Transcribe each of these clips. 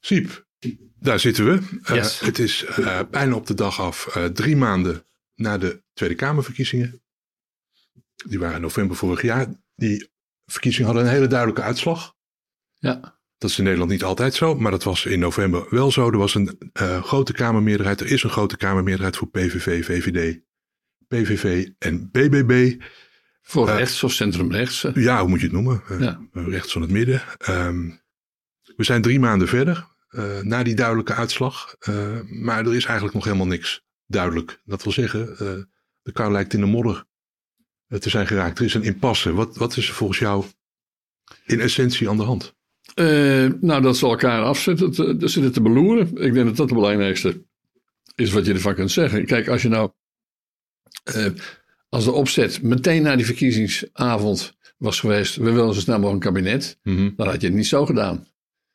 Siep, daar zitten we. Yes. Het is bijna op de dag af 3 maanden na de Tweede Kamerverkiezingen. Die waren in november vorig jaar. Die verkiezingen hadden een hele duidelijke uitslag. Ja. Dat is in Nederland niet altijd zo, maar dat was in november wel zo. Er was een grote Kamermeerderheid. Er is een grote Kamermeerderheid voor PVV, VVD, PVV en BBB. Voor rechts of centrumrechts. Ja, hoe moet je het noemen? Rechts van het midden. We zijn 3 maanden verder na die duidelijke uitslag. Maar er is eigenlijk nog helemaal niks duidelijk. Dat wil zeggen, de kar lijkt in de modder te zijn geraakt. Er is een impasse. Wat is er volgens jou in essentie aan de hand? Dat ze elkaar zitten te beloeren. Ik denk dat dat het belangrijkste is wat je ervan kunt zeggen. Kijk, als je nou als de opzet meteen na die verkiezingsavond was geweest, we willen zo snel mogelijk een kabinet, dan had je het niet zo gedaan.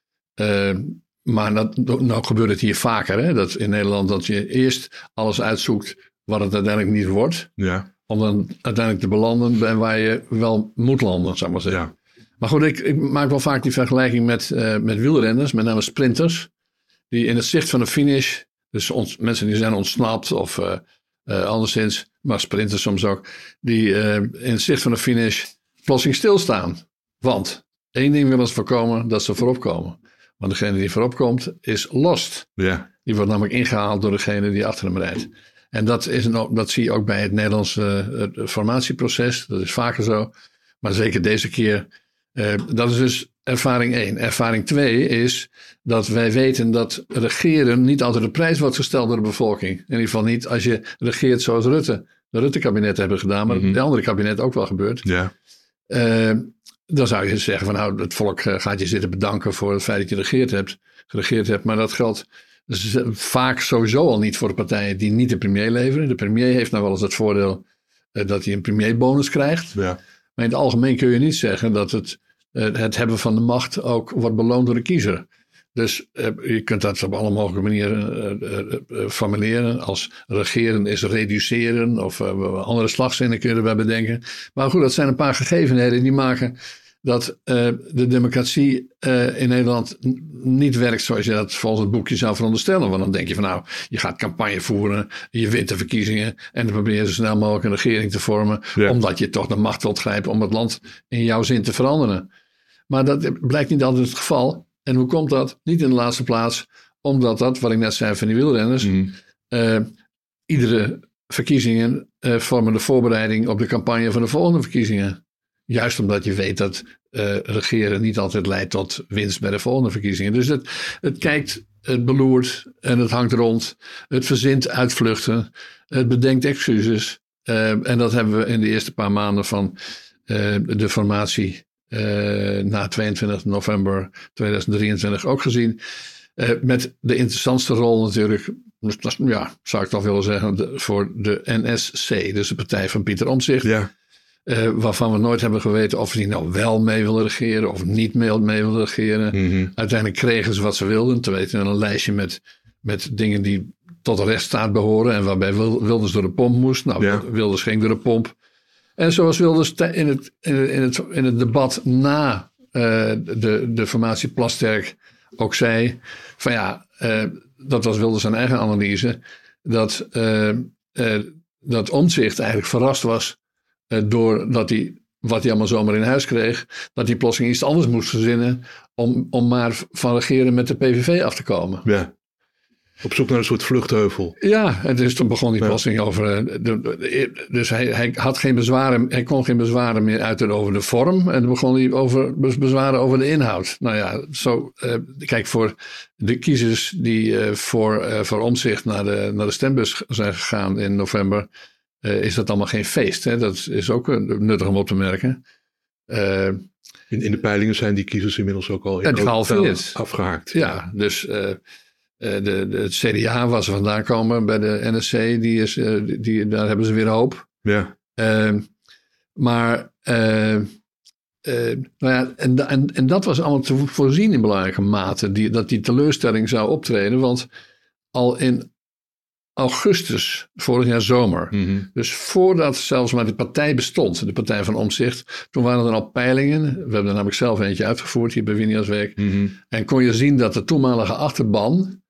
Maar nou gebeurt het hier vaker, hè? Dat in Nederland dat je eerst alles uitzoekt wat het uiteindelijk niet wordt. Ja. Om dan uiteindelijk te belanden bij waar je wel moet landen, zou ik maar zeggen. Ja. Maar goed, ik maak wel vaak die vergelijking met wielrenners, met name sprinters, die in het zicht van de finish, dus mensen die zijn ontsnapt of anderszins, maar sprinters soms ook, die in het zicht van de finish plotseling stilstaan. Want 1 ding willen ze voorkomen, dat ze voorop komen. Want degene die voorop komt, is lost. Ja. Die wordt namelijk ingehaald door degene die achter hem rijdt. En dat zie je ook bij het Nederlandse formatieproces. Dat is vaker zo. Maar zeker deze keer. Dat is dus ervaring 1. Ervaring 2 is dat wij weten dat regeren niet altijd op prijs wordt gesteld door de bevolking. In ieder geval niet als je regeert zoals de Rutte-kabinet hebben gedaan. Maar de andere kabinet ook wel gebeurt. Ja. Dan zou je zeggen van nou, het volk gaat je zitten bedanken voor het feit dat je geregeerd hebt. Maar dat geldt vaak sowieso al niet voor de partijen die niet de premier leveren. De premier heeft nou wel eens het voordeel dat hij een premierbonus krijgt. Ja. Maar in het algemeen kun je niet zeggen dat het hebben van de macht ook wordt beloond door de kiezer. Dus je kunt dat op alle mogelijke manieren formuleren. Als regeren is reduceren of andere slagzinnen kun je erbij bedenken. Maar goed, dat zijn een paar gegevenheden die maken dat de democratie in Nederland niet werkt zoals je dat volgens het boekje zou veronderstellen. Want dan denk je van nou, je gaat campagne voeren, je wint de verkiezingen en dan probeer je zo snel mogelijk een regering te vormen. Ja. Omdat je toch de macht wilt grijpen om het land in jouw zin te veranderen. Maar dat blijkt niet altijd het geval. En hoe komt dat? Niet in de laatste plaats, omdat dat, wat ik net zei van die wielrenners, iedere verkiezingen vormen de voorbereiding op de campagne van de volgende verkiezingen. Juist omdat je weet dat regeren niet altijd leidt tot winst bij de volgende verkiezingen. Dus het kijkt, het beloert en het hangt rond. Het verzint uitvluchten. Het bedenkt excuses. En dat hebben we in de eerste paar maanden van de formatie na 22 november 2023 ook gezien. Met de interessantste rol natuurlijk, zou ik toch willen zeggen, voor de NSC. Dus de partij van Pieter Omtzigt. Ja. Waarvan we nooit hebben geweten of die nou wel mee willen regeren of niet mee willen regeren. Mm-hmm. Uiteindelijk kregen ze wat ze wilden. Te weten een lijstje met dingen die tot de rechtsstaat behoren. En waarbij Wilders door de pomp moest. Nou, Wilders ging door de pomp. En zoals Wilders in het debat na de formatie Plasterk ook zei. Van dat was Wilders zijn eigen analyse. Dat Omtzigt eigenlijk verrast was. Doordat hij, wat hij allemaal zomaar in huis kreeg, dat hij plotseling iets anders moest verzinnen om maar van regeren met de PVV af te komen. Ja. Op zoek naar een soort vluchtheuvel. Ja, en dus toen begon hij plotseling over. Dus hij had geen bezwaren, hij kon geen bezwaren meer uiten over de vorm. En toen begon hij over bezwaren over de inhoud. Nou ja, kijk, voor de kiezers die voor Omtzigt naar de stembus zijn gegaan in november. Is dat allemaal geen feest. Hè? Dat is ook nuttig om op te merken. In de peilingen zijn die kiezers inmiddels ook al afgehaakt. Ja, dus het CDA waar ze vandaan komen bij de NSC, daar hebben ze weer hoop. Ja. En dat was allemaal te voorzien in belangrijke mate. Dat die teleurstelling zou optreden. Want augustus vorig jaar zomer. Mm-hmm. Dus voordat zelfs maar de partij bestond, de Partij van Omtzigt, toen waren er al peilingen. We hebben er namelijk zelf eentje uitgevoerd hier bij Wijniaswijk. Mm-hmm. En kon je zien dat de toenmalige achterban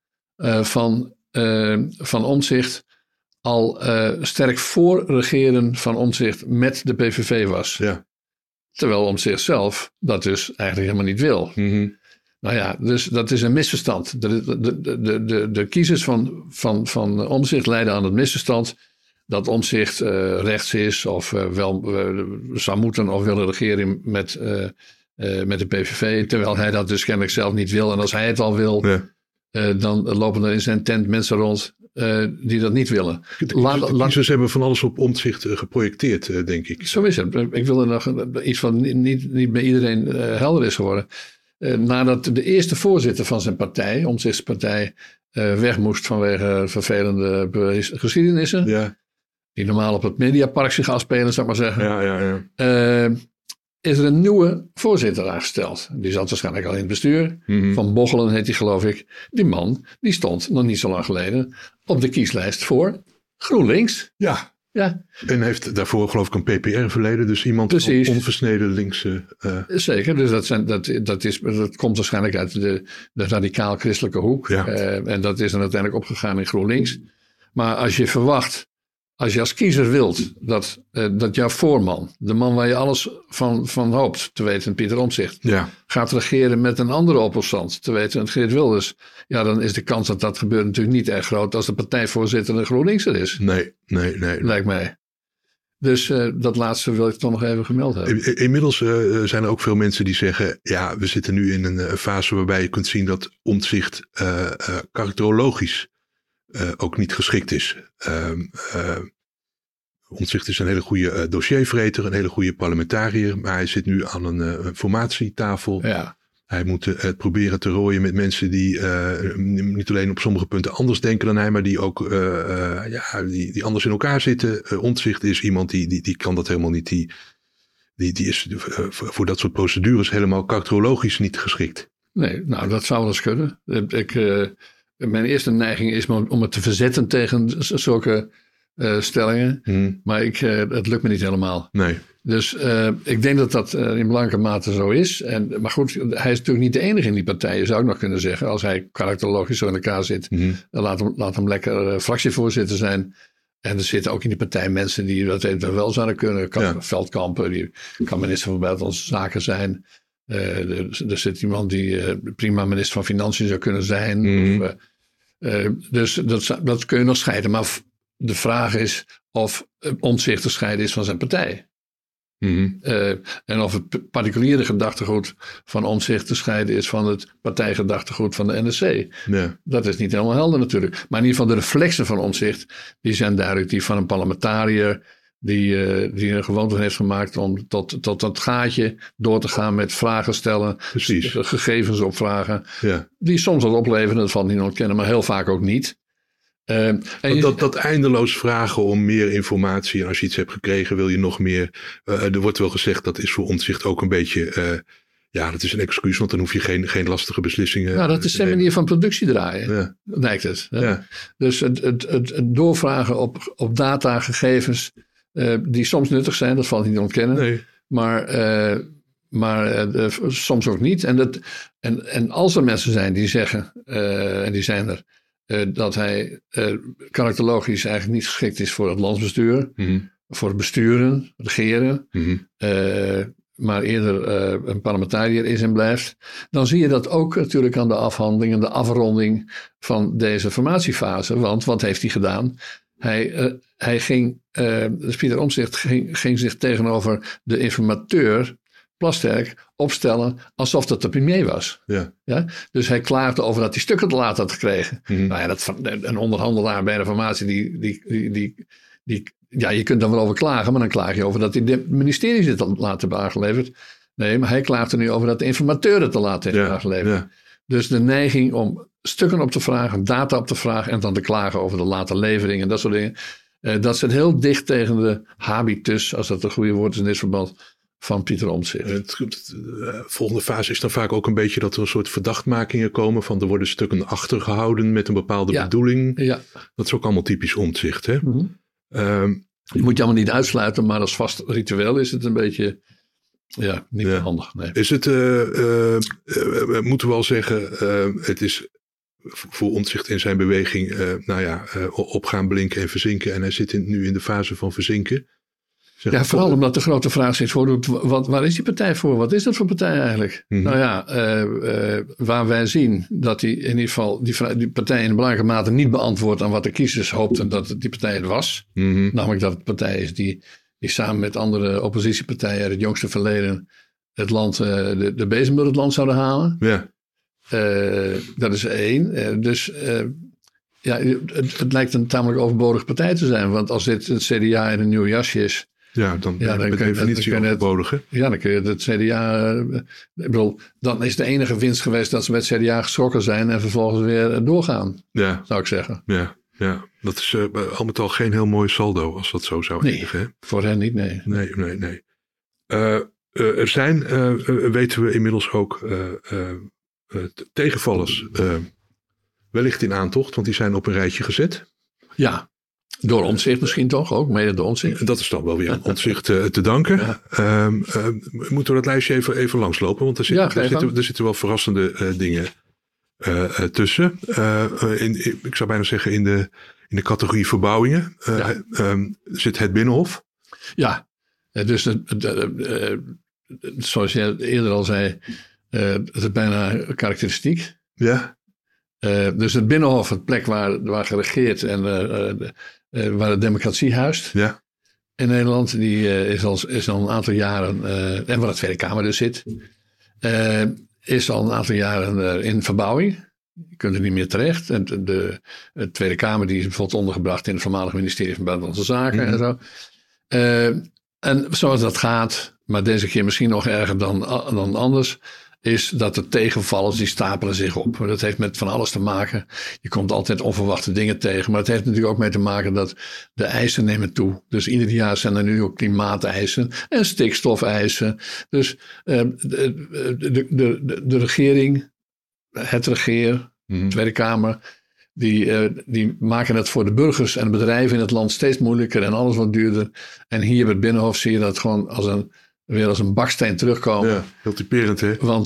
van Omtzigt al sterk voor regeren van Omtzigt met de PVV was. Ja. Terwijl Omtzigt zelf dat dus eigenlijk helemaal niet wil. Mm-hmm. Nou ja, dus dat is een misverstand. De kiezers van Omtzigt leiden aan het misverstand dat Omtzigt rechts is of wel zou moeten of willen regeren met de PVV. Terwijl hij dat dus kennelijk zelf niet wil. En als hij het al wil, dan lopen er in zijn tent mensen rond die dat niet willen. De kiezers hebben van alles op Omtzigt geprojecteerd, denk ik. Zo is het. Ik wil er nog iets van niet bij iedereen helder is geworden. Nadat de eerste voorzitter van zijn partij, Omtzichtspartij, weg moest vanwege vervelende geschiedenissen. Ja. Die normaal op het Mediapark zich afspelen, zou ik maar zeggen. Ja. Is er een nieuwe voorzitter aangesteld. Die zat waarschijnlijk al in het bestuur. Mm-hmm. Van Bochelen heet hij, geloof ik. Die man, die stond nog niet zo lang geleden op de kieslijst voor GroenLinks. Ja. Ja. En heeft daarvoor geloof ik een PPR-verleden. Dus iemand van onversneden linkse... Zeker, dus dat komt waarschijnlijk uit de radicaal-christelijke hoek. Ja. En dat is dan uiteindelijk opgegaan in GroenLinks. Maar als je verwacht, als je als kiezer wilt dat jouw voorman, de man waar je alles van hoopt, te weten Pieter Omtzigt, gaat regeren met een andere opposant, te weten Geert Wilders, ja, dan is de kans dat dat gebeurt natuurlijk niet erg groot als de partijvoorzitter een GroenLinkser is. Nee. Lijkt mij. Dus dat laatste wil ik toch nog even gemeld hebben. Inmiddels zijn er ook veel mensen die zeggen, ja, we zitten nu in een fase waarbij je kunt zien dat Omtzigt karakterologisch ook niet geschikt is. Omtzigt is een hele goede dossiervreter, een hele goede parlementariër, maar hij zit nu aan een formatietafel. Ja. Hij moet het proberen te rooien met mensen die niet alleen op sommige punten anders denken dan hij, maar die ook die anders in elkaar zitten. Omtzigt is iemand die kan dat helemaal niet. Die is voor dat soort procedures helemaal karakterologisch niet geschikt. Nee, nou dat zou wel eens kunnen. Mijn eerste neiging is om het te verzetten tegen zulke stellingen. Maar het lukt me niet helemaal. Nee. Dus ik denk dat in belangrijke mate zo is. Maar goed, hij is natuurlijk niet de enige in die partij. Je zou ook nog kunnen zeggen, als hij karakterologisch zo in elkaar zit, laat hem lekker fractievoorzitter zijn. En er zitten ook in die partij mensen die dat eventueel wel zouden kunnen. Veldkampen, die kan minister van Buitenlandse Zaken zijn. Er zit iemand die prima minister van Financiën zou kunnen zijn. Dus dat kun je nog scheiden. Maar de vraag is of Omtzigt te scheiden is van zijn partij. En of het particuliere gedachtegoed van Omtzigt te scheiden is van het partijgedachtegoed van de NSC. Ja. Dat is niet helemaal helder natuurlijk. Maar in ieder geval de reflexen van Omtzigt, die zijn duidelijk die van een parlementariër die een gewoonte heeft gemaakt om tot dat gaatje door te gaan met vragen stellen. Precies. Gegevens opvragen. Ja. Die soms wat opleveren, dat valt niet te ontkennen, maar heel vaak ook niet. Dat eindeloos vragen om meer informatie. En als je iets hebt gekregen, wil je nog meer. Er wordt wel gezegd, dat is voor Omtzigt ook een beetje. Dat is een excuus, want dan hoef je geen lastige beslissingen. Nou, dat is zijn manier van productie draaien, lijkt het. Ja. Dus het doorvragen op data, gegevens, die soms nuttig zijn, dat valt niet te ontkennen. Nee. Maar soms ook niet. En als er mensen zijn die zeggen, en die zijn er, dat hij karakterologisch eigenlijk niet geschikt is voor het landsbestuur, voor het besturen, regeren, maar eerder een parlementariër is en blijft, dan zie je dat ook natuurlijk aan de afhandeling en de afronding van deze formatiefase. Want wat heeft hij gedaan? Hij ging, Pieter Omtzigt ging zich tegenover de informateur Plasterk opstellen alsof dat de premier was. Ja? Dus hij klaagde over dat hij stukken te laat had gekregen. Nou ja, een onderhandelaar bij een formatie je kunt dan wel over klagen, maar dan klaag je over dat hij de ministeries het te laat hebben aangeleverd. Nee, maar hij klaagt er nu over dat de informateur het te laat heeft aangeleverd. Ja. Dus de neiging om stukken op te vragen, data op te vragen en dan te klagen over de late levering en dat soort dingen. Dat zit heel dicht tegen de habitus, als dat een goede woord is in dit verband, van Pieter Omtzigt. Volgende fase is dan vaak ook een beetje dat er een soort verdachtmakingen komen van er worden stukken achtergehouden met een bepaalde bedoeling. Ja. Dat is ook allemaal typisch Omtzigt, hè? Mm-hmm. Die moet je allemaal niet uitsluiten, maar als vast ritueel is het een beetje niet handig. Nee. Is het, moeten we al zeggen, het is voor Omtzigt in zijn beweging opgaan, blinken en verzinken. En hij zit nu in de fase van verzinken. Vooral omdat de grote vraag zich voordoet, waar is die partij voor? Wat is dat voor partij eigenlijk? Mm-hmm. Waar wij zien dat die in ieder geval die partij in belangrijke mate niet beantwoordt aan wat de kiezers hoopten dat die partij het was. Mm-hmm. Namelijk dat het een partij is die samen met andere oppositiepartijen uit het jongste verleden het land, de bezem door het land zouden halen. Ja. Dat is één. Het lijkt een tamelijk overbodige partij te zijn. Want als dit het CDA in een nieuw jasje is. Dan per definitie overbodig. Dan kun je het CDA. Dan is de enige winst geweest dat ze met het CDA geschrokken zijn en vervolgens weer doorgaan. Ja. Zou ik zeggen. Ja. Dat is al met al geen heel mooi saldo als dat zo zou eindigen. Nee, voor hen niet, nee. Nee. Er zijn, weten we inmiddels ook, tegenvallers wellicht in aantocht, want die zijn op een rijtje gezet. Ja, door Omtzigt misschien toch ook, mede door Omtzigt. Dat is dan wel weer aan Omtzigt te danken. Ja. Moeten we dat lijstje even langslopen, want er zitten wel verrassende dingen tussen. Ik zou bijna zeggen in de categorie verbouwingen zit het Binnenhof. Ja, dus zoals jij eerder al zei, het is bijna karakteristiek. Ja. Dus het Binnenhof, het plek waar geregeerd en waar de democratie huist in Nederland, die is al een aantal jaren, en waar de Tweede Kamer dus zit, is al een aantal jaren in verbouwing. Je kunt er niet meer terecht. En de Tweede Kamer die is bijvoorbeeld ondergebracht in het voormalige ministerie van Buitenlandse Zaken en zo. En zoals dat gaat, maar deze keer misschien nog erger dan anders, is dat de tegenvallers die stapelen zich op. Dat heeft met van alles te maken. Je komt altijd onverwachte dingen tegen. Maar het heeft natuurlijk ook mee te maken dat de eisen nemen toe. Dus ieder jaar zijn er nu ook klimaateisen en stikstofeisen. Dus de regering, het regeer, de Tweede Kamer, die maken het voor de burgers en de bedrijven in het land steeds moeilijker en alles wat duurder. En hier bij het Binnenhof zie je dat gewoon weer als een baksteen terugkomen. Ja, heel typerend, hè? Want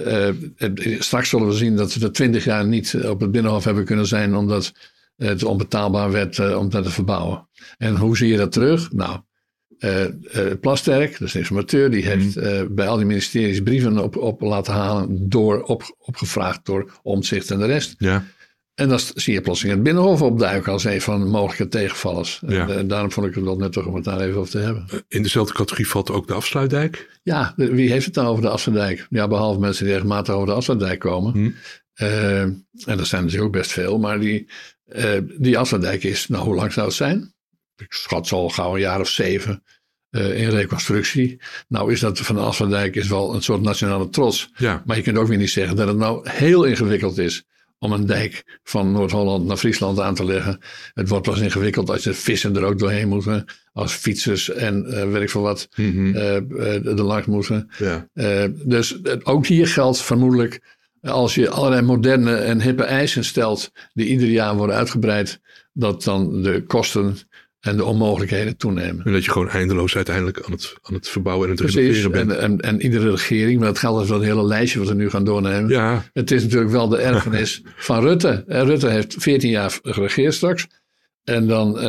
straks zullen we zien dat we er 20 jaar niet op het Binnenhof hebben kunnen zijn, omdat het onbetaalbaar werd om dat te verbouwen. En hoe zie je dat terug? Nou, Plasterk, dat is de informateur, die heeft bij al die ministeries brieven op laten halen, opgevraagd door Omtzigt en de rest. Ja. En dan zie je plotseling het Binnenhof opduiken als een van de mogelijke tegenvallers. Ja. En daarom vond ik het wel nuttig om het daar even over te hebben. In dezelfde categorie valt ook de Afsluitdijk? Ja, wie heeft het dan over de Afsluitdijk? Ja, behalve mensen die regelmatig over de Afsluitdijk komen. En dat zijn natuurlijk ook best veel. Maar die Afsluitdijk is, hoe lang zou het zijn? Ik schat zo al gauw een jaar of 7 in reconstructie. Nou is dat van de Afsluitdijk is wel een soort nationale trots. Ja. Maar je kunt ook weer niet zeggen dat het nou heel ingewikkeld is om een dijk van Noord-Holland naar Friesland aan te leggen. Het wordt pas ingewikkeld als de vissen er ook doorheen moeten. Als fietsers en weet ik veel wat er langs moeten. Ja. Dus ook hier geldt vermoedelijk, als je allerlei moderne en hippe eisen stelt die ieder jaar worden uitgebreid, dat dan de kosten en de onmogelijkheden toenemen. En dat je gewoon eindeloos uiteindelijk aan het verbouwen en het renoveren bent. En iedere regering, maar dat geldt voor het hele lijstje wat we nu gaan doornemen. Ja. Het is natuurlijk wel de erfenis van Rutte. Rutte heeft 14 jaar geregeerd straks. En dan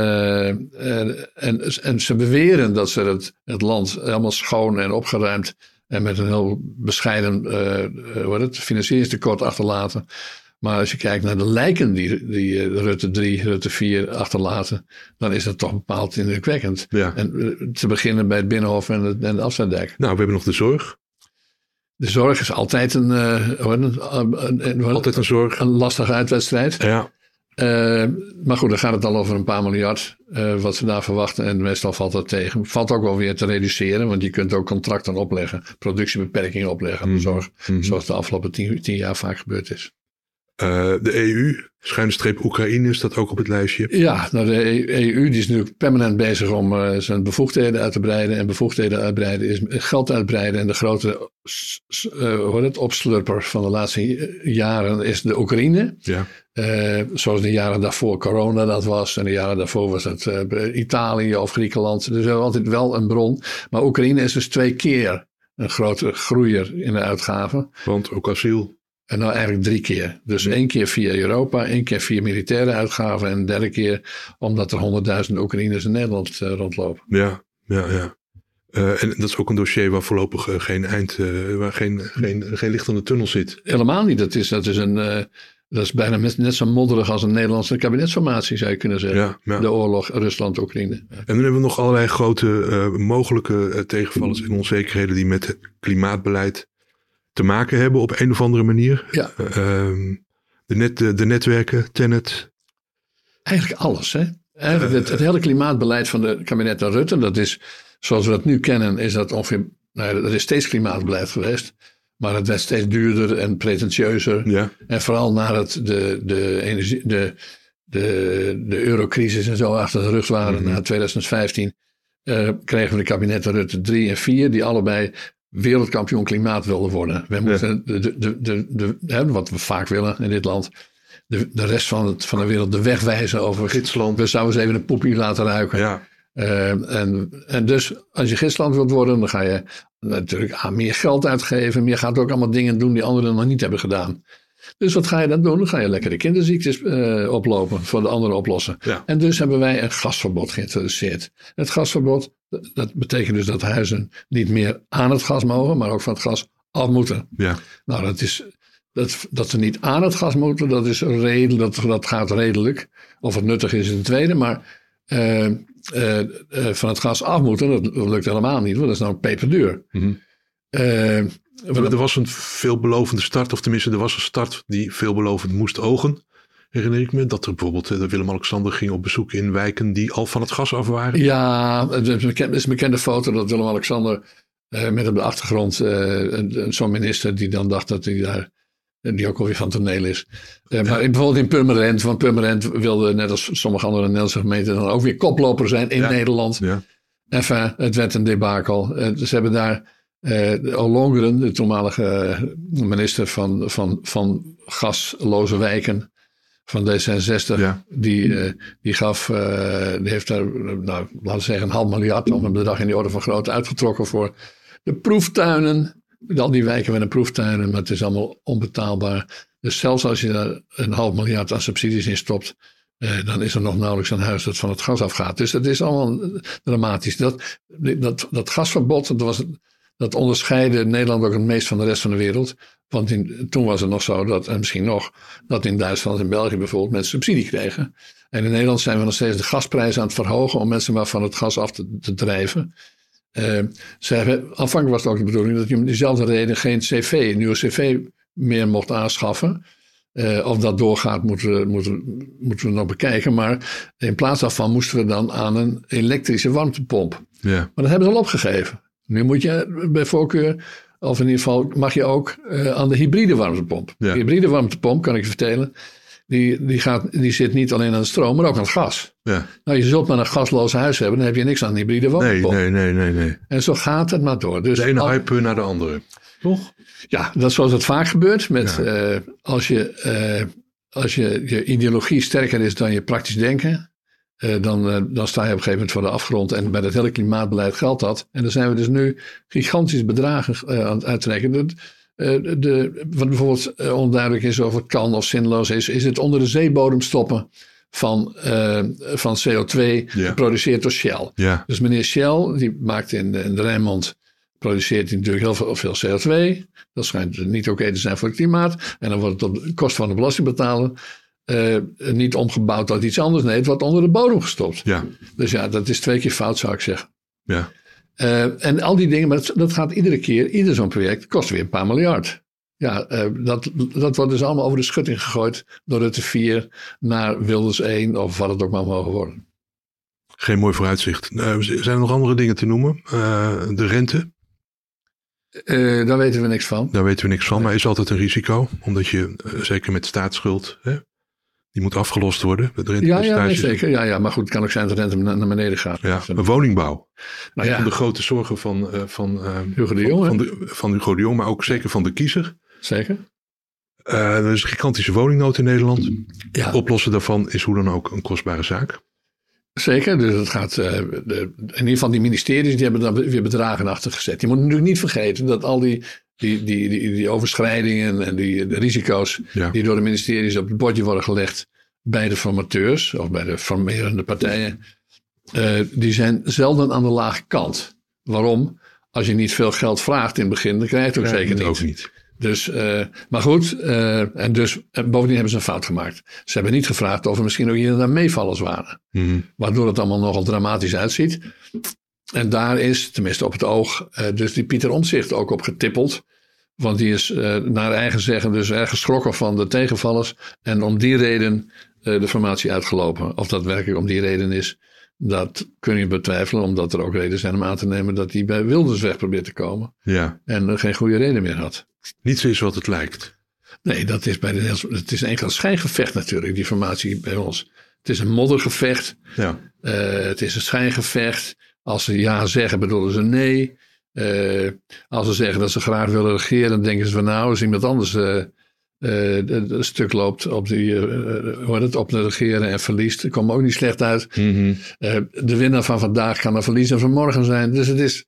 en ze beweren dat ze het land helemaal schoon en opgeruimd en met een heel bescheiden financieringstekort achterlaten. Maar als je kijkt naar de lijken die Rutte 3, Rutte 4 achterlaten, dan is dat toch bepaald indrukwekkend. Ja. En te beginnen bij het Binnenhof en de Afsluitdijk. Nou, we hebben nog de zorg. De zorg is altijd een lastige uitwedstrijd. Ja. Maar goed, dan gaat het al over een paar miljard wat ze daar verwachten. En meestal valt dat tegen. Valt ook wel weer te reduceren, want je kunt ook contracten opleggen, productiebeperkingen opleggen aan de zorg. Zoals de afgelopen 10 jaar vaak gebeurd is. De EU, -- Oekraïne, staat ook op het lijstje. Ja, nou de EU die is nu permanent bezig om zijn bevoegdheden uit te breiden. En bevoegdheden uitbreiden is geld uitbreiden. En de grote opslurper van de laatste jaren is de Oekraïne. Ja. Zoals de jaren daarvoor corona dat was. En de jaren daarvoor was het Italië of Griekenland. Dus we hebben altijd wel een bron. Maar Oekraïne is dus 2 keer een grote groeier in de uitgaven. Want ook asiel. En nou eigenlijk 3 keer. Dus 1 keer via Europa, 1 keer via militaire uitgaven. En een derde keer omdat er 100.000 Oekraïners in Nederland rondlopen. Ja. En dat is ook een dossier waar voorlopig waar geen licht aan de tunnel zit. Helemaal niet. Dat is bijna net zo modderig als een Nederlandse kabinetsformatie, zou je kunnen zeggen. Ja. De oorlog Rusland-Oekraïne. Ja. En dan hebben we nog allerlei grote mogelijke tegenvallers en onzekerheden die met het klimaatbeleid te maken hebben op een of andere manier. Ja. De netwerken, TenneT. Eigenlijk alles. Hè? Eigenlijk het hele klimaatbeleid van de kabinetten Rutte, dat is, zoals we dat nu kennen, is dat ongeveer, dat is steeds klimaatbeleid geweest. Maar het werd steeds duurder en pretentieuzer. Ja. En vooral na de eurocrisis en zo achter de rug waren na 2015, kregen we de kabinetten Rutte 3 en 4, die allebei wereldkampioen klimaat wilden worden. We moeten wat we vaak willen in dit land, de rest van de wereld de weg wijzen over gidsland. We zouden eens even een poepie laten ruiken. Ja. En dus als je gidsland wilt worden, dan ga je natuurlijk meer geld uitgeven. Maar je gaat ook allemaal dingen doen die anderen nog niet hebben gedaan. Dus wat ga je dan doen? Dan ga je lekker de kinderziektes oplopen, voor de anderen oplossen. Ja. En dus hebben wij een gasverbod geïntroduceerd. Het gasverbod, dat betekent dus dat huizen niet meer aan het gas mogen, maar ook van het gas af moeten. Ja. Nou, dat ze niet aan het gas moeten, dat is redelijk, dat gaat redelijk. Of het nuttig is een tweede, maar van het gas af moeten, dat lukt helemaal niet, want dat is nou peperduur. Mm-hmm. Er was een veelbelovende start, of tenminste er was een start die veelbelovend moest ogen. Herinner ik me dat er bijvoorbeeld Willem-Alexander ging op bezoek in wijken die al van het gas af waren. Ja, het is een bekende foto dat Willem-Alexander met op de achtergrond zo'n minister die dan dacht dat hij daar, die ook alweer van toneel is. Maar bijvoorbeeld in Purmerend, want Purmerend wilde net als sommige andere Nederlandse gemeenten dan ook weer koploper zijn in Nederland. Ja. Enfin, het werd een debakel. Ze hebben daar Ollongren, de toenmalige minister van gasloze wijken van D66, die heeft daar, laten we zeggen, $500 miljoen, of een bedrag in die orde van grootte uitgetrokken voor de proeftuinen. Al die wijken met een proeftuinen, maar het is allemaal onbetaalbaar. Dus zelfs als je daar $500 miljoen aan subsidies in stopt, dan is er nog nauwelijks een huis dat van het gas afgaat. Dus dat is allemaal dramatisch. Dat gasverbod, dat onderscheidde Nederland ook het meest van de rest van de wereld. Want toen was het nog zo, en misschien nog, dat in Duitsland en België bijvoorbeeld mensen subsidie kregen. En in Nederland zijn we nog steeds de gasprijs aan het verhogen om mensen maar van het gas af te drijven. Aanvankelijk was het ook de bedoeling dat je om diezelfde reden geen nieuwe cv meer mocht aanschaffen. Of dat doorgaat moeten we nog bekijken. Maar in plaats daarvan moesten we dan aan een elektrische warmtepomp. Ja. Maar dat hebben ze al opgegeven. Nu moet je bij voorkeur, of in ieder geval mag je ook aan de hybride warmtepomp. Ja. De hybride warmtepomp, kan ik je vertellen, die zit niet alleen aan de stroom, maar ook aan het gas. Ja. Nou, je zult maar een gasloos huis hebben, dan heb je niks aan een hybride warmtepomp. Nee. En zo gaat het maar door. Dus de ene hype naar de andere, toch? Ja, dat is zoals het vaak gebeurt. Als je ideologie sterker is dan je praktisch denken, dan sta je op een gegeven moment voor de afgrond. En bij dat hele klimaatbeleid geldt dat. En dan zijn we dus nu gigantische bedragen aan het uittrekken. Wat bijvoorbeeld onduidelijk is of het kan of zinloos is het onder de zeebodem stoppen van CO2 geproduceerd door Shell. Ja. Dus meneer Shell, die maakt in de Rijnmond, produceert hij natuurlijk heel veel CO2. Dat schijnt niet oké te zijn voor het klimaat. En dan wordt het op de kosten van de belastingbetaler niet omgebouwd tot iets anders. Nee, het wordt onder de bodem gestopt. Ja. Dus ja, dat is 2 keer fout, zou ik zeggen. Ja. En al die dingen, maar dat gaat iedere keer, ieder zo'n project kost weer een paar miljard. Ja, dat wordt dus allemaal over de schutting gegooid door Rutte 4 naar Wilders 1 of wat het ook maar mogen worden. Geen mooi vooruitzicht. Zijn er nog andere dingen te noemen? De rente? Daar weten we niks van. Daar weten we niks van, maar is altijd een risico. Omdat je, zeker met staatsschuld, die moet afgelost worden. Ja, zeker. Ja, maar goed, het kan ook zijn dat de rente naar beneden gaat. Ja, een woningbouw. Nou ja. Van de grote zorgen van Hugo de Jonge. Van Hugo de Jonge, maar ook zeker van de kiezer. Zeker. Er is een gigantische woningnood in Nederland. Ja. Het oplossen daarvan is hoe dan ook een kostbare zaak. Zeker, dus het gaat, in ieder geval die ministeries die hebben daar weer bedragen achter gezet. Je moet natuurlijk niet vergeten dat al die overschrijdingen en die de risico's die door de ministeries op het bordje worden gelegd bij de formateurs of bij de formerende partijen, die zijn zelden aan de lage kant. Waarom? Als je niet veel geld vraagt in het begin, dan krijg je het ook zeker niet. Ook niet. Dus, maar goed, en bovendien hebben ze een fout gemaakt. Ze hebben niet gevraagd of er misschien ook hier en daar meevallers waren. Mm-hmm. Waardoor het allemaal nogal dramatisch uitziet. En daar is, tenminste op het oog, dus die Pieter Omtzigt ook op getippeld. Want die is naar eigen zeggen dus erg geschrokken van de tegenvallers. En om die reden de formatie uitgelopen. Of dat werkelijk om die reden is, dat kun je betwijfelen. Omdat er ook redenen zijn om aan te nemen dat hij bij Wilders weg probeert te komen. Ja. En geen goede reden meer had. Niets is wat het lijkt. Nee, dat is het is een enkel schijngevecht natuurlijk, die formatie bij ons. Het is een moddergevecht. Ja. Het is een schijngevecht. Als ze ja zeggen, bedoelen ze nee. Als ze zeggen dat ze graag willen regeren, dan denken ze van nou, als iemand anders een stuk loopt op op de regeren en verliest, dat komt ook niet slecht uit. Mm-hmm. De winnaar van vandaag kan een verliezer van morgen zijn. Dus het is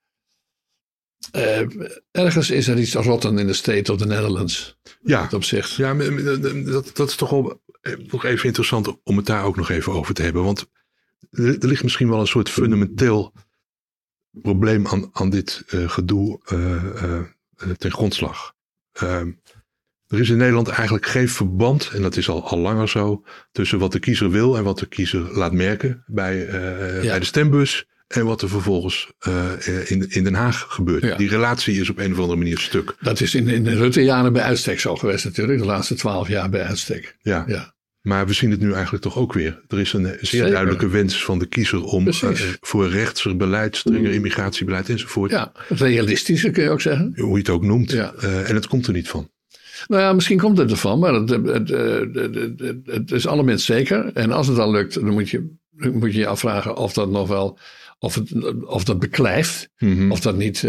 ergens is er iets rotten in de state of the Netherlands. Ja, op zich. Ja, dat is toch wel nog even interessant om het daar ook nog even over te hebben. Want er ligt misschien wel een soort fundamenteel probleem aan dit gedoe ten grondslag. Er is in Nederland eigenlijk geen verband, en dat is al langer zo, tussen wat de kiezer wil en wat de kiezer laat merken bij de stembus. En wat er vervolgens in Den Haag gebeurt. Ja. Die relatie is op een of andere manier stuk. Dat is in de Rutte-jaren bij uitstek zo geweest natuurlijk. De laatste 12 jaar bij uitstek. Ja. Maar we zien het nu eigenlijk toch ook weer. Er is een zeer duidelijke wens van de kiezer om voor rechtser beleid, strenger immigratiebeleid enzovoort. Ja, realistischer kun je ook zeggen. Hoe je het ook noemt. Ja. En het komt er niet van. Nou ja, misschien komt het ervan. Maar het is allerminst zeker. En als het dan lukt, dan moet je je afvragen of dat nog wel... Of dat beklijft, of dat niet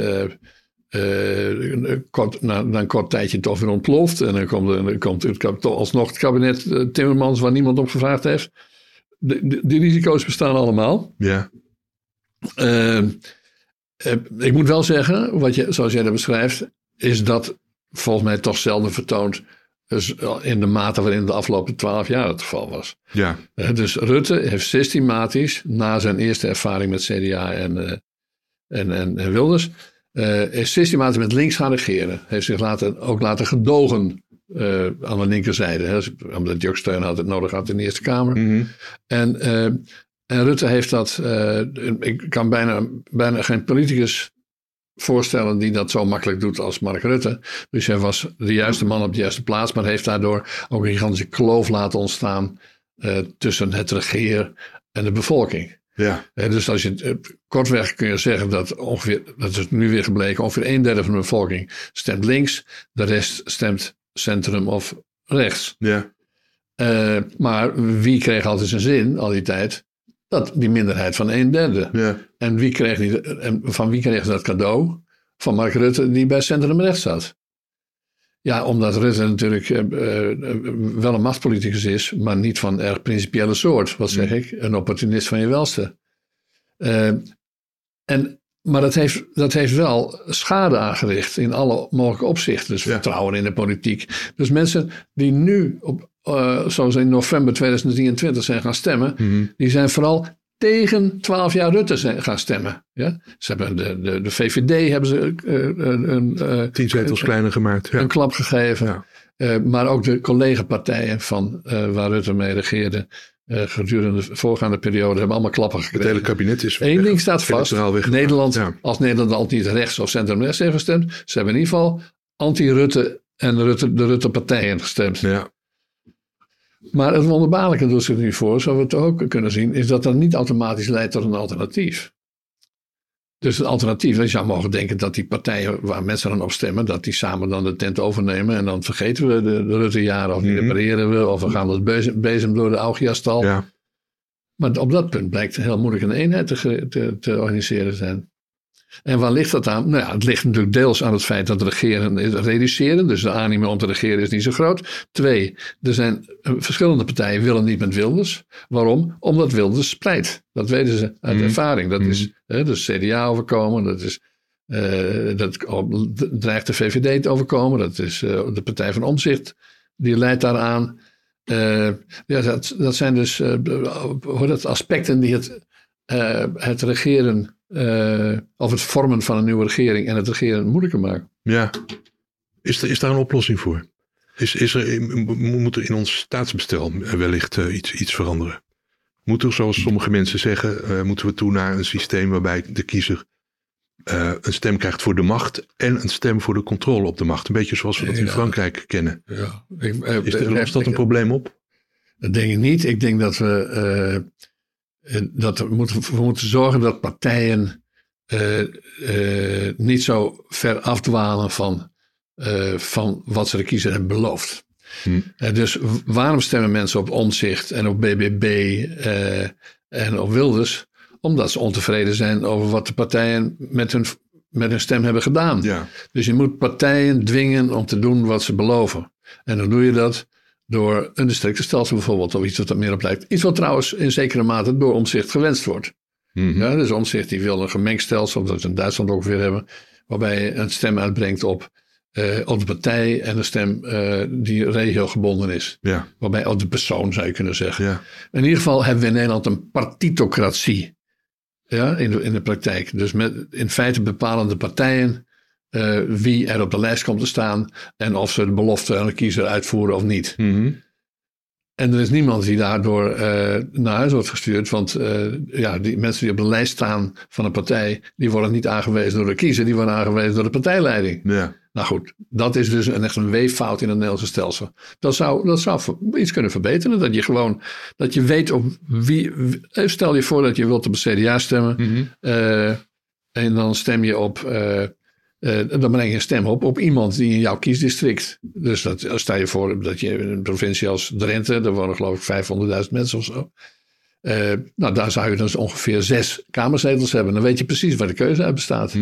na een kort tijdje toch weer ontploft. En dan komt alsnog het kabinet Timmermans waar niemand op gevraagd heeft. Die risico's bestaan allemaal. Ja. Ik moet wel zeggen, zoals jij dat beschrijft, is dat volgens mij toch zelden vertoond. Dus in de mate waarin de afgelopen 12 jaar het geval was. Ja. Dus Rutte heeft systematisch, na zijn eerste ervaring met CDA en Wilders, is systematisch met links gaan regeren. Heeft zich ook laten gedogen aan de linkerzijde. Omdat hij ook steun had het nodig had in de Eerste Kamer. Mm-hmm. En Rutte heeft dat, ik kan bijna geen politicus voorstellen die dat zo makkelijk doet als Mark Rutte. Dus hij was de juiste man op de juiste plaats, maar heeft daardoor ook een gigantische kloof laten ontstaan tussen het regeer en de bevolking. Ja. Dus als je kortweg kun je zeggen dat is nu weer gebleken, ongeveer 1/3 van de bevolking stemt links, de rest stemt centrum of rechts. Ja. Maar wie kreeg altijd zijn zin al die tijd? Die minderheid van 1/3. Ja. En van wie kreeg ze dat cadeau? Van Mark Rutte, die bij centrum rechts zat. Ja, omdat Rutte natuurlijk wel een machtspoliticus is, maar niet van erg principiële soort. Wat zeg ik? Een opportunist van je welste. Maar dat heeft wel schade aangericht in alle mogelijke opzichten. Dus vertrouwen in de politiek. Dus mensen die nu zoals in november 2023 zijn gaan stemmen, die zijn vooral tegen 12 jaar Rutte gaan stemmen. Ja? Ze hebben de VVD hebben ze 10 zetels kleiner gemaakt. Ja. Een klap gegeven. Ja. Maar ook de collega-partijen van waar Rutte mee regeerde gedurende de voorgaande periode hebben allemaal klappen gekregen. Het hele kabinet is Eén ding staat vast. Nederland, als Nederland al niet rechts of centrum-rechts heeft gestemd, ze hebben in ieder geval anti-Rutte en de Rutte-partijen gestemd. Ja. Maar het wonderbaarlijke doet zich nu voor, zoals we het ook kunnen zien, is dat dat niet automatisch leidt tot een alternatief. Dus het alternatief, je zou mogen denken dat die partijen waar mensen dan op stemmen, dat die samen dan de tent overnemen en dan vergeten we de Rutte-jaren of die repareren we of we gaan het bezem door de Augiastal. Ja. Maar op dat punt blijkt heel moeilijk een eenheid te organiseren zijn. En waar ligt dat aan? Nou ja, het ligt natuurlijk deels aan het feit dat regeren is reduceren. Dus de animo om te regeren is niet zo groot. 2, er zijn verschillende partijen willen niet met Wilders. Waarom? Omdat Wilders splijt. Dat weten ze uit ervaring. Dat is dus CDA overkomen. Dat dreigt de VVD te overkomen. Dat is de Partij van Omtzigt. Die leidt daaraan. Dat zijn dus aspecten die het regeren of het vormen van een nieuwe regering en het regeren moeilijker maken. Ja. Is daar een oplossing voor? Moet er in ons staatsbestel wellicht iets veranderen? Moet er, zoals sommige mensen zeggen, moeten we toe naar een systeem waarbij de kiezer een stem krijgt voor de macht en een stem voor de controle op de macht? Een beetje zoals we dat in Frankrijk kennen. Ja. Lost dat een probleem op? Dat denk ik niet. Ik denk dat we moeten zorgen dat partijen niet zo ver afdwalen van wat ze de kiezer hebben beloofd. Dus waarom stemmen mensen op Omtzigt en op BBB en op Wilders? Omdat ze ontevreden zijn over wat de partijen met hun stem hebben gedaan. Ja. Dus je moet partijen dwingen om te doen wat ze beloven. En dan doe je dat door een districtenstelsel bijvoorbeeld, of iets wat er meer op lijkt. Iets wat trouwens in zekere mate door Omtzigt gewenst wordt. Ja, dus Omtzigt die wil een gemengd stelsel, dat we in Duitsland ongeveer hebben, waarbij je een stem uitbrengt op de partij en een stem die regiogebonden is. Ja. Waarbij op de persoon, zou je kunnen zeggen. Ja. In ieder geval hebben we in Nederland een partitocratie. Ja, in de praktijk. Dus in feite bepalen de partijen wie er op de lijst komt te staan en of ze de belofte aan de kiezer uitvoeren of niet. En er is niemand die daardoor naar huis wordt gestuurd, want die mensen die op de lijst staan van een partij, die worden niet aangewezen door de kiezer, die worden aangewezen door de partijleiding. Ja. Nou goed, dat is dus echt een weeffout in het Nederlandse stelsel. Dat zou iets kunnen verbeteren, dat je weet op wie. Stel je voor dat je wilt op een CDA stemmen en dan stem je op. Dan breng je een stem op iemand die in jouw kiesdistrict. Dus stel je voor dat je in een provincie als Drenthe, daar wonen geloof ik 500.000 mensen of zo. Daar zou je dus ongeveer 6 kamerzetels hebben. Dan weet je precies waar de keuze uit bestaat.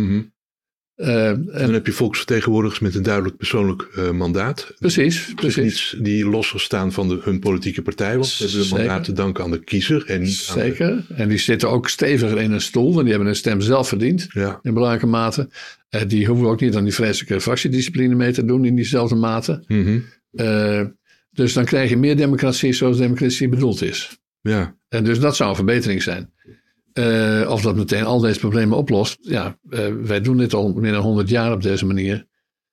Dan heb je volksvertegenwoordigers met een duidelijk persoonlijk mandaat. Precies. Niets die losser staan van hun politieke partij. Want ze hebben een mandaat te danken aan de kiezer. En niet Zeker. En die zitten ook steviger in een stoel. Want die hebben hun stem zelf verdiend. Ja. In belangrijke mate. Die hoeven ook niet aan die vreselijke fractiediscipline mee te doen in diezelfde mate. Dus dan krijg je meer democratie zoals democratie bedoeld is. Ja. En dus dat zou een verbetering zijn. Of dat meteen al deze problemen oplost. Ja, wij doen dit al meer dan 100 jaar op deze manier.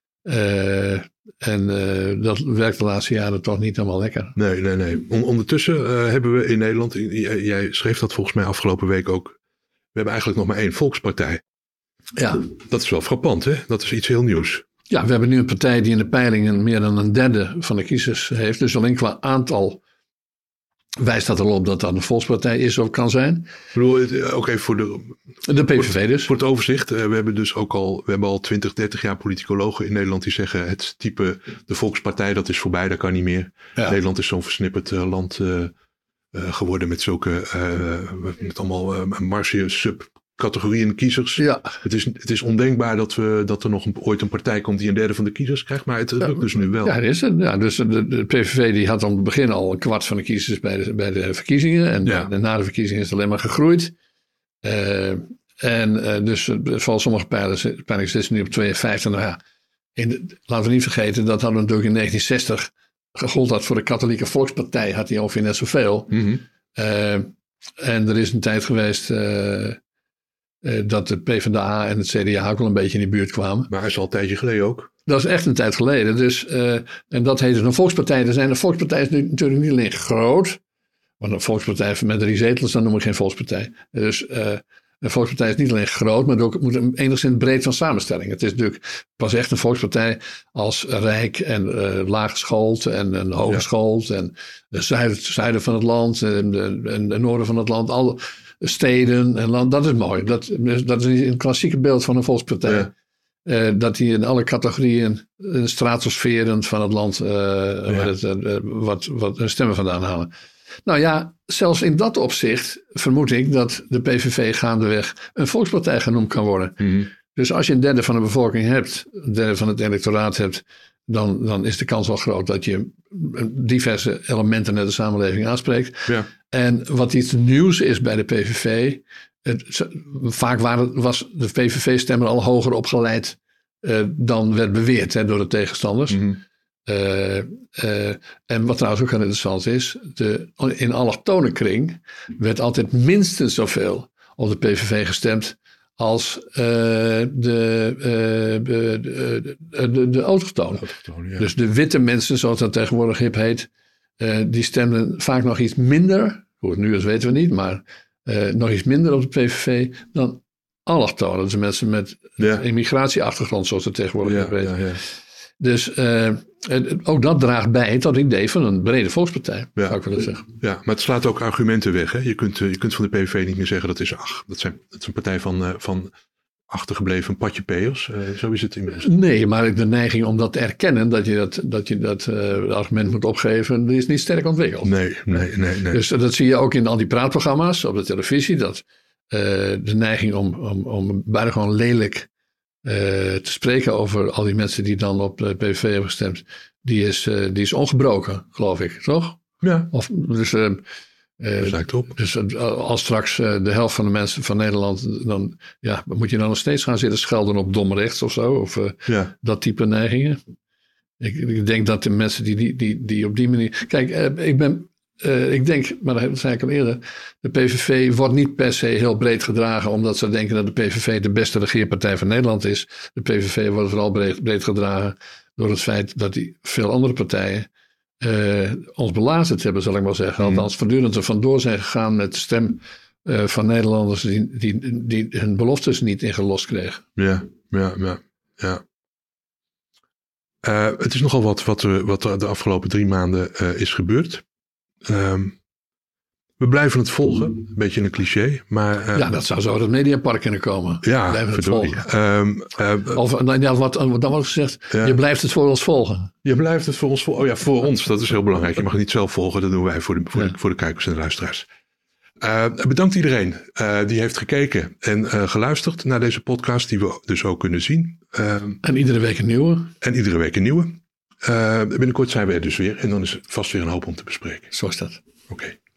Dat werkt de laatste jaren toch niet helemaal lekker. Nee. Ondertussen hebben we in Nederland, jij schreef dat volgens mij afgelopen week ook. We hebben eigenlijk nog maar 1 volkspartij. Ja. Dat is wel frappant, hè? Dat is iets heel nieuws. Ja, we hebben nu een partij die in de peilingen meer dan een derde van de kiezers heeft. Dus alleen qua aantal wijst dat erop dat dat een volkspartij is of kan zijn. Ik bedoel, ook even voor de PVV dus. Voor het overzicht. We hebben dus we hebben al 20, 30 jaar politicologen in Nederland die zeggen het type de volkspartij dat is voorbij, dat kan niet meer. Ja. Nederland is zo'n versnipperd land geworden met zulke, met allemaal marge subcategorieën kiezers. Ja. Het is ondenkbaar dat er nog ooit een partij komt die een derde van de kiezers krijgt, maar het lukt dus nu wel. Ja, dat is het. Ja, dus de PVV die had aan het begin al een kwart van de kiezers bij de verkiezingen. En na de verkiezingen is het alleen maar gegroeid. Dus volgens sommige peilingen zitten nu op 52. Nou ja, laten we niet vergeten, dat hadden we natuurlijk in 1960 gegold dat voor de katholieke volkspartij had hij ongeveer net zoveel. En er is een tijd geweest dat de PvdA en het CDA ook wel een beetje in die buurt kwamen. Maar hij is al een tijdje geleden ook. Dat is echt een tijd geleden. Dus, en dat heet dus een volkspartij. Een volkspartij is nu natuurlijk niet alleen groot. Want een volkspartij met 3 zetels, dan noem ik geen volkspartij. Dus een volkspartij is niet alleen groot, maar ook moet enigszins breed van samenstelling. Het is natuurlijk pas echt een volkspartij als rijk en laaggeschoold en hooggeschoold. En het zuiden van het land en het noorden van het land. steden en land. Dat is mooi. Dat is een klassieke beeld van een volkspartij. Ja. Dat die in alle categorieën, stratosferen van het land, wat stemmen vandaan halen. Nou ja, zelfs in dat opzicht vermoed ik dat de PVV gaandeweg een volkspartij genoemd kan worden. Mm-hmm. Dus als je een derde van de bevolking hebt, een derde van het electoraat hebt, dan is de kans wel groot dat je diverse elementen uit de samenleving aanspreekt. Ja. En wat iets nieuws is bij de PVV, vaak was de PVV-stemmer al hoger opgeleid dan werd beweerd door de tegenstanders. Mm-hmm. En wat trouwens ook heel interessant is, in allochtone kring werd altijd minstens zoveel op de PVV gestemd als de autochtonen. Ja. Dus de witte mensen, zoals dat tegenwoordig hip heet, die stemden vaak nog iets minder, hoe het nu is weten we niet, maar nog iets minder op de PVV dan allochtonen. Dus mensen met immigratieachtergrond, zoals het tegenwoordig heet. Ja. Dus ook dat draagt bij tot het idee van een brede volkspartij, zou ik willen zeggen. Ja, maar het slaat ook argumenten weg. Hè? Je kunt van de PVV niet meer zeggen dat is een partij van achtergebleven patjepeers. Zo is het inmiddels. Nee, maar de neiging om dat te erkennen, dat je dat argument moet opgeven, die is niet sterk ontwikkeld. Nee. Dus dat zie je ook in al die praatprogramma's op de televisie, dat de neiging om buitengewoon lelijk te spreken over al die mensen die dan op de PVV hebben gestemd, die is ongebroken, geloof ik, toch? Ja. Dus als straks de helft van de mensen van Nederland, dan moet je dan nog steeds gaan zitten schelden op dom rechts of zo, of dat type neigingen. Ik denk dat de mensen die op die manier. Kijk, ik denk, maar dat zei ik al eerder, de PVV wordt niet per se heel breed gedragen omdat ze denken dat de PVV de beste regeerpartij van Nederland is. De PVV wordt vooral breed gedragen door het feit dat die veel andere partijen ons belazerd hebben, zal ik maar zeggen. Althans, voortdurend er vandoor zijn gegaan met de stem van Nederlanders die hun beloftes niet ingelost kregen. Ja. Het is nogal wat er de afgelopen 3 maanden is gebeurd. We blijven het volgen. Een beetje een cliché. Maar, dat zou zo het Mediapark kunnen komen. Ja, blijven het volgen. Wat dan wordt gezegd, je blijft het voor ons volgen. Je blijft het voor ons volgen. Oh ja, voor ons. Dat is heel belangrijk. Je mag het niet zelf volgen. Dat doen wij voor de kijkers en de luisteraars. Bedankt iedereen die heeft gekeken en geluisterd naar deze podcast. Die we dus ook kunnen zien. En iedere week een nieuwe. Binnenkort zijn we er dus weer. En dan is er vast weer een hoop om te bespreken. Zo is dat. Oké.